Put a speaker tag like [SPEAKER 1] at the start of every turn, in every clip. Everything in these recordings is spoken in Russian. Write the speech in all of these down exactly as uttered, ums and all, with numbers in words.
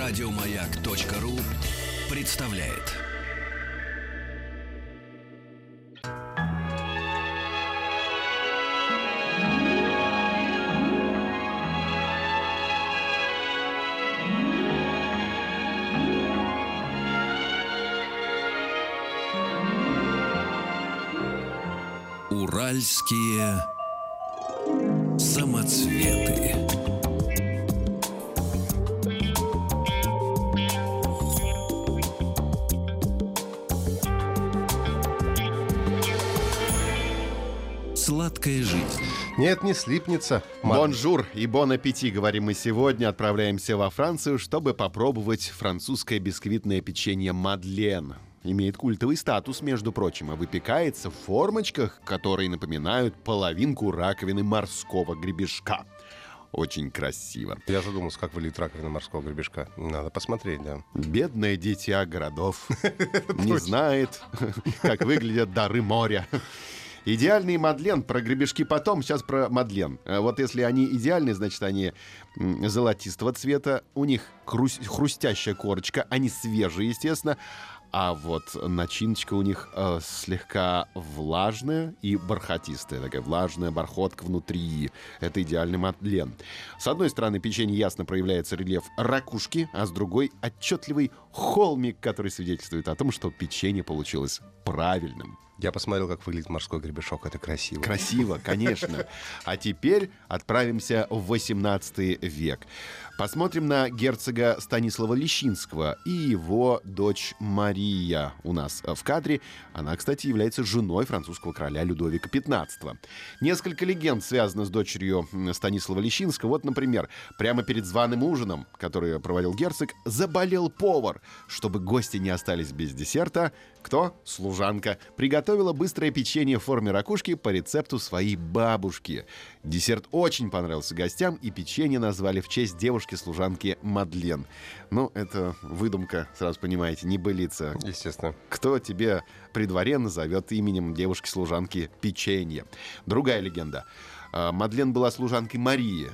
[SPEAKER 1] Радиомаяк.ру представляет. Уральские самоцветы. Сладкая жизнь.
[SPEAKER 2] Нет, не слипнется.
[SPEAKER 3] Бонжур и бон аппетит, говорим мы сегодня. Отправляемся во Францию, чтобы попробовать французское бисквитное печенье Мадлен. Имеет культовый статус, между прочим, а выпекается в формочках, которые напоминают половинку раковины морского гребешка. Очень красиво.
[SPEAKER 2] Я задумался, как выглядит раковина морского гребешка. Надо посмотреть, да.
[SPEAKER 3] Бедное дитя городов не знает, как выглядят дары моря. Идеальный Мадлен, про гребешки потом, сейчас про Мадлен. Вот если они идеальные, значит, они золотистого цвета, у них хру- хрустящая корочка, они свежие, естественно, а вот начиночка у них э, слегка влажная и бархатистая, такая влажная бархотка внутри. Это идеальный Мадлен. С одной стороны, печенье ясно проявляется рельеф ракушки, а с другой — отчетливый холмик, который свидетельствует о том, что печенье получилось правильным.
[SPEAKER 2] Я посмотрел, как выглядит морской гребешок. Это красиво.
[SPEAKER 3] Красиво, конечно. А теперь отправимся в восемнадцатый век. Посмотрим на герцога Станислава Лещинского и его дочь Мария у нас в кадре. Она, кстати, является женой французского короля Людовика пятнадцатого. Несколько легенд связано с дочерью Станислава Лещинского. Вот, например, прямо перед званым ужином, который проводил герцог, заболел повар. Чтобы гости не остались без десерта, кто? Служанка. Приготовила быстрое печенье в форме ракушки по рецепту своей бабушки. Десерт очень понравился гостям, и печенье назвали в честь девушки-служанки Мадлен. Ну, это выдумка, сразу понимаете, небылица.
[SPEAKER 2] Естественно.
[SPEAKER 3] Кто тебе при дворе назовет именем девушки-служанки печенье? Другая легенда. Мадлен была служанкой Марии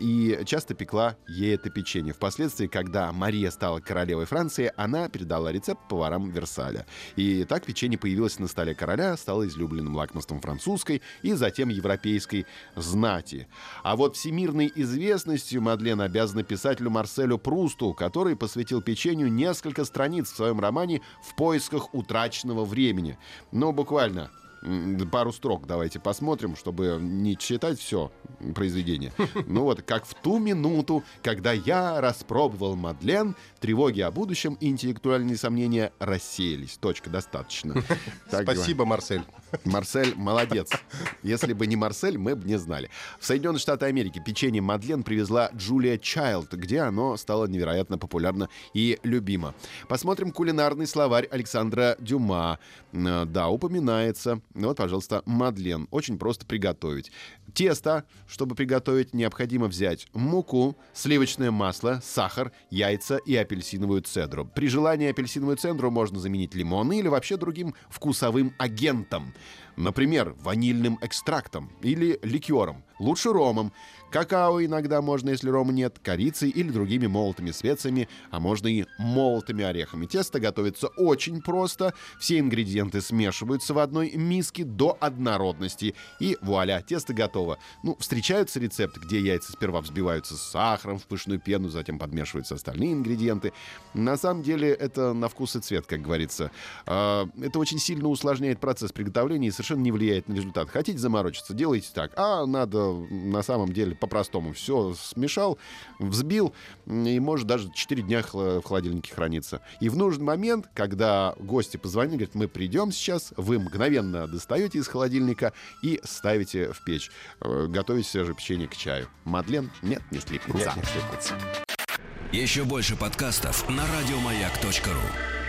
[SPEAKER 3] и часто пекла ей это печенье. Впоследствии, когда Мария стала королевой Франции, она передала рецепт поварам Версаля. И так печенье появилось на столе короля, стало излюбленным лакомством французской и затем европейской знати. А вот всемирной известностью Мадлен обязана писателю Марселю Прусту, который посвятил печенью несколько страниц в своем романе «В поисках утраченного времени». Ну, буквально пару строк давайте посмотрим, чтобы не читать все произведение. Ну вот, как в ту минуту, когда я распробовал Мадлен, тревоги о будущем и интеллектуальные сомнения рассеялись. Точка, достаточно.
[SPEAKER 2] Спасибо, Марсель.
[SPEAKER 3] Марсель молодец. Если бы не Марсель, мы бы не знали. В Соединенные Штаты Америки печенье Мадлен привезла Джулия Чайлд, где оно стало невероятно популярно и любимо. Посмотрим кулинарный словарь Александра Дюма. Да, упоминается. Вот, пожалуйста, Мадлен. Очень просто приготовить. Тесто, чтобы приготовить, необходимо взять муку, сливочное масло, сахар, яйца и апельсиновую цедру. При желании апельсиновую цедру можно заменить лимоном или вообще другим вкусовым агентом. Например, ванильным экстрактом или ликером. Лучше ромом. Какао иногда можно, если рома нет, корицей или другими молотыми специями, а можно и молотыми орехами. Тесто готовится очень просто. Все ингредиенты смешиваются в одной миске до однородности. И вуаля, тесто готово. Ну, встречаются рецепты, где яйца сперва взбиваются с сахаром в пышную пену, затем подмешиваются остальные ингредиенты. На самом деле это на вкус и цвет, как говорится. Это очень сильно усложняет процесс приготовления и совершенно не влияет на результат. Хотите заморочиться, делайте так. А надо на самом деле по-простому. Все смешал, взбил, и может даже четыре дня в холодильнике храниться. И в нужный момент, когда гости позвонили, говорят, мы придем сейчас, вы мгновенно достаете из холодильника и ставите в печь. Готовите свежее печенье к чаю. Мадлен? Нет, не слипнется.
[SPEAKER 2] Нет, не слипнется.
[SPEAKER 1] Еще больше подкастов на радиомаяк точка ру.